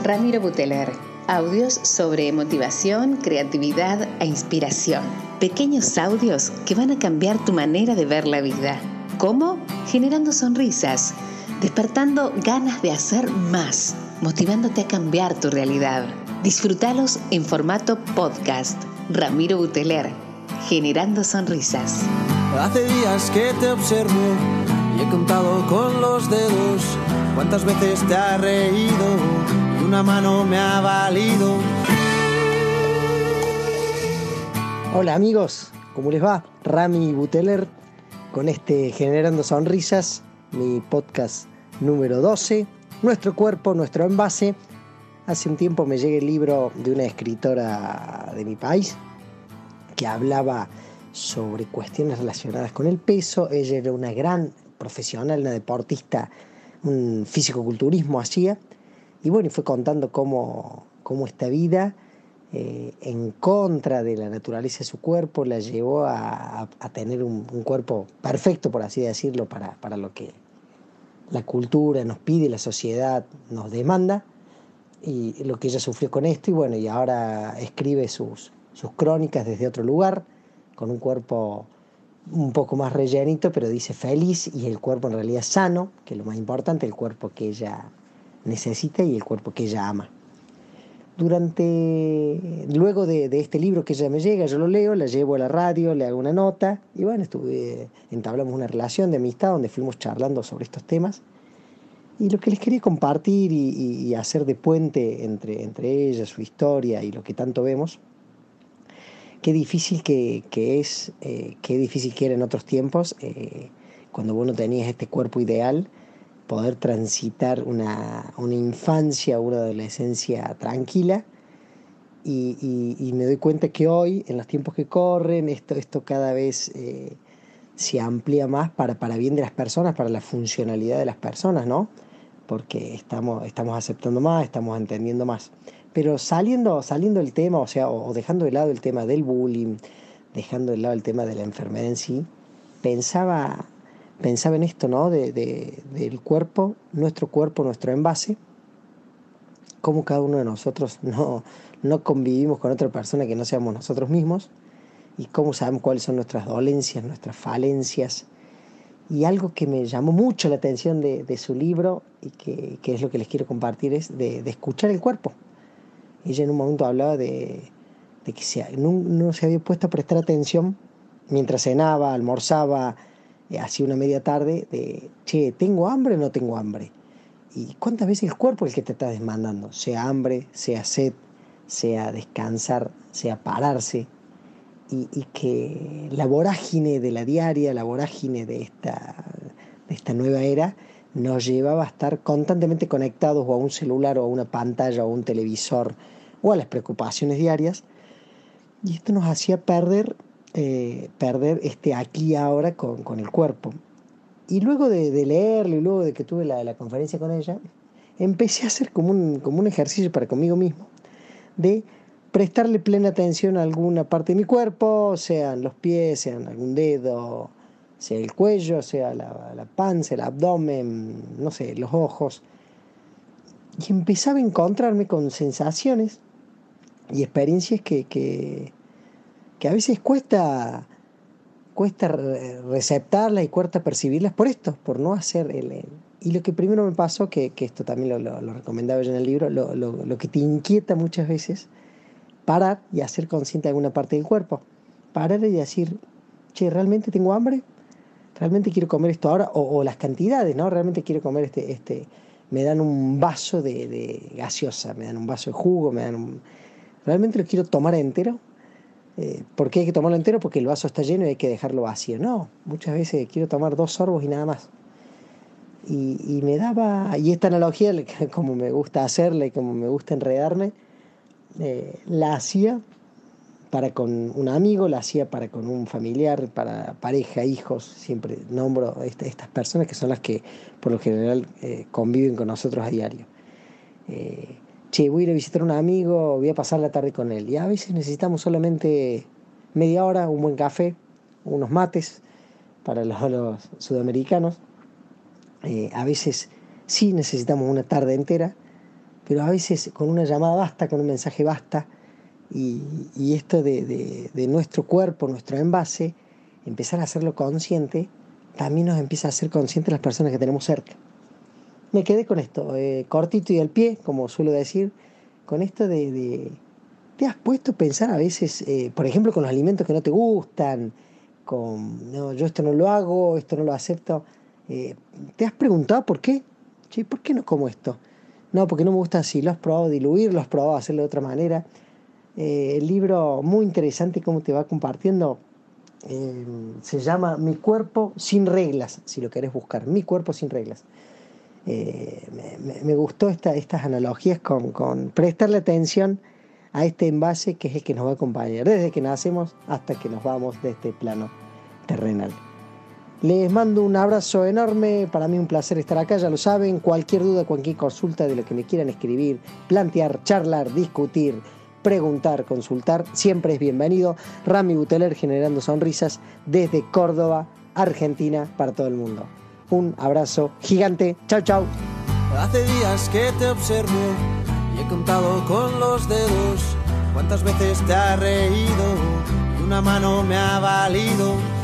Ramiro Buteler. Audios sobre motivación, creatividad e inspiración. Pequeños audios que van a cambiar tu manera de ver la vida. ¿Cómo? Generando sonrisas, despertando ganas de hacer más, motivándote a cambiar tu realidad. Disfrútalos en formato podcast. Ramiro Buteler, generando sonrisas. Hace días que te observo y he contado con los dedos cuántas veces te has reído y una mano me ha valido. Hola amigos, ¿cómo les va? Rami Buteler con Generando Sonrisas, mi podcast número 12, Nuestro cuerpo, nuestro envase. Hace un tiempo me llega el libro de una escritora de mi país que hablaba sobre cuestiones relacionadas con el peso. Ella era una gran profesional, una deportista, un fisicoculturismo hacía, y bueno, fue contando cómo esta vida en contra de la naturaleza de su cuerpo la llevó a tener un cuerpo perfecto, por así decirlo, para lo que la cultura nos pide, la sociedad nos demanda, y lo que ella sufrió con esto, y bueno, y ahora escribe sus crónicas desde otro lugar, con un cuerpo un poco más rellenito, pero dice feliz, y el cuerpo en realidad sano, que es lo más importante, el cuerpo que ella necesita y el cuerpo que ella ama. Luego de este libro que ella me llega, yo lo leo, la llevo a la radio, le hago una nota, y bueno, entablamos una relación de amistad donde fuimos charlando sobre estos temas. Y lo que les quería compartir y hacer de puente entre ella, su historia y lo que tanto vemos, qué difícil que es, qué difícil que era en otros tiempos, cuando vos no tenías este cuerpo ideal, poder transitar una infancia, una adolescencia tranquila. Y me doy cuenta que hoy, en los tiempos que corren, esto cada vez se amplía más para bien de las personas, para la funcionalidad de las personas, ¿no? Porque estamos aceptando más, estamos entendiendo más. Pero saliendo del tema, o dejando de lado el tema del bullying, dejando de lado el tema de la enfermedad en sí, pensaba en esto, ¿no? Del cuerpo, nuestro envase, cómo cada uno de nosotros no convivimos con otra persona que no seamos nosotros mismos, y cómo sabemos cuáles son nuestras dolencias, nuestras falencias. Y algo que me llamó mucho la atención de su libro, y que es lo que les quiero compartir, es de escuchar el cuerpo. Ella en un momento hablaba de que no se había puesto a prestar atención mientras cenaba, almorzaba, hacía una media tarde, che, ¿tengo hambre o no tengo hambre? Y cuántas veces el cuerpo es el que te está demandando, sea hambre, sea sed, sea descansar, sea pararse. Y que la vorágine de la diaria, la vorágine de esta nueva era, nos llevaba a estar constantemente conectados o a un celular o a una pantalla o a un televisor o a las preocupaciones diarias, y esto nos hacía perder este aquí y ahora con el cuerpo. Y luego de leerlo, y luego de que tuve la conferencia con ella, empecé a hacer como un ejercicio para conmigo mismo de prestarle plena atención a alguna parte de mi cuerpo, sean los pies, sean algún dedo, sea el cuello, sea la panza, el abdomen, no sé, los ojos. Y empezaba a encontrarme con sensaciones y experiencias que a veces cuesta receptarlas y cuesta percibirlas por no hacer Y lo que primero me pasó, que esto también lo recomendaba yo en el libro, lo que te inquieta muchas veces, parar y hacer consciente de alguna parte del cuerpo. Parar y decir, che, ¿realmente tengo hambre? ¿Realmente quiero comer esto ahora? O las cantidades, ¿no? ¿Realmente quiero comer me dan un vaso de gaseosa, me dan un vaso de jugo, ¿realmente lo quiero tomar entero? ¿Por qué hay que tomarlo entero? Porque el vaso está lleno y hay que dejarlo vacío. No, muchas veces quiero tomar 2 sorbos y nada más. Y esta analogía, como me gusta hacerla y como me gusta enredarme, la hacía para con un amigo, la hacía para con un familiar, para pareja, hijos. Siempre nombro estas personas que son las que por lo general conviven con nosotros a diario. Che, voy a ir a visitar a un amigo, voy a pasar la tarde con él. Y a veces necesitamos solamente media hora, un buen café, unos mates para los sudamericanos. A veces sí necesitamos una tarde entera, pero a veces con una llamada basta, con un mensaje basta, y esto de nuestro cuerpo, nuestro envase, empezar a hacerlo consciente, también nos empieza a hacer conscientes las personas que tenemos cerca. Me quedé con esto, cortito y al pie, como suelo decir, con esto ¿te has puesto a pensar a veces, por ejemplo, con los alimentos que no te gustan, no, yo esto no lo hago, esto no lo acepto? ¿Te has preguntado por qué? Che, ¿por qué no como esto? No, porque no me gusta así. ¿Lo has probado diluir? ¿Lo has probado hacerlo de otra manera? El libro, muy interesante cómo te va compartiendo, se llama Mi cuerpo sin reglas, si lo querés buscar. Mi cuerpo sin reglas. Me gustó estas analogías con prestarle atención a este envase que es el que nos va a acompañar desde que nacemos hasta que nos vamos de este plano terrenal. Les mando un abrazo enorme, para mí un placer estar acá, ya lo saben. Cualquier duda, cualquier consulta de lo que me quieran escribir, plantear, charlar, discutir, preguntar, consultar, siempre es bienvenido. Rami Buteler, generando sonrisas desde Córdoba, Argentina, para todo el mundo. Un abrazo gigante, chau chau. Hace días que te observo y he contado con los dedos cuántas veces te has reído y una mano me ha valido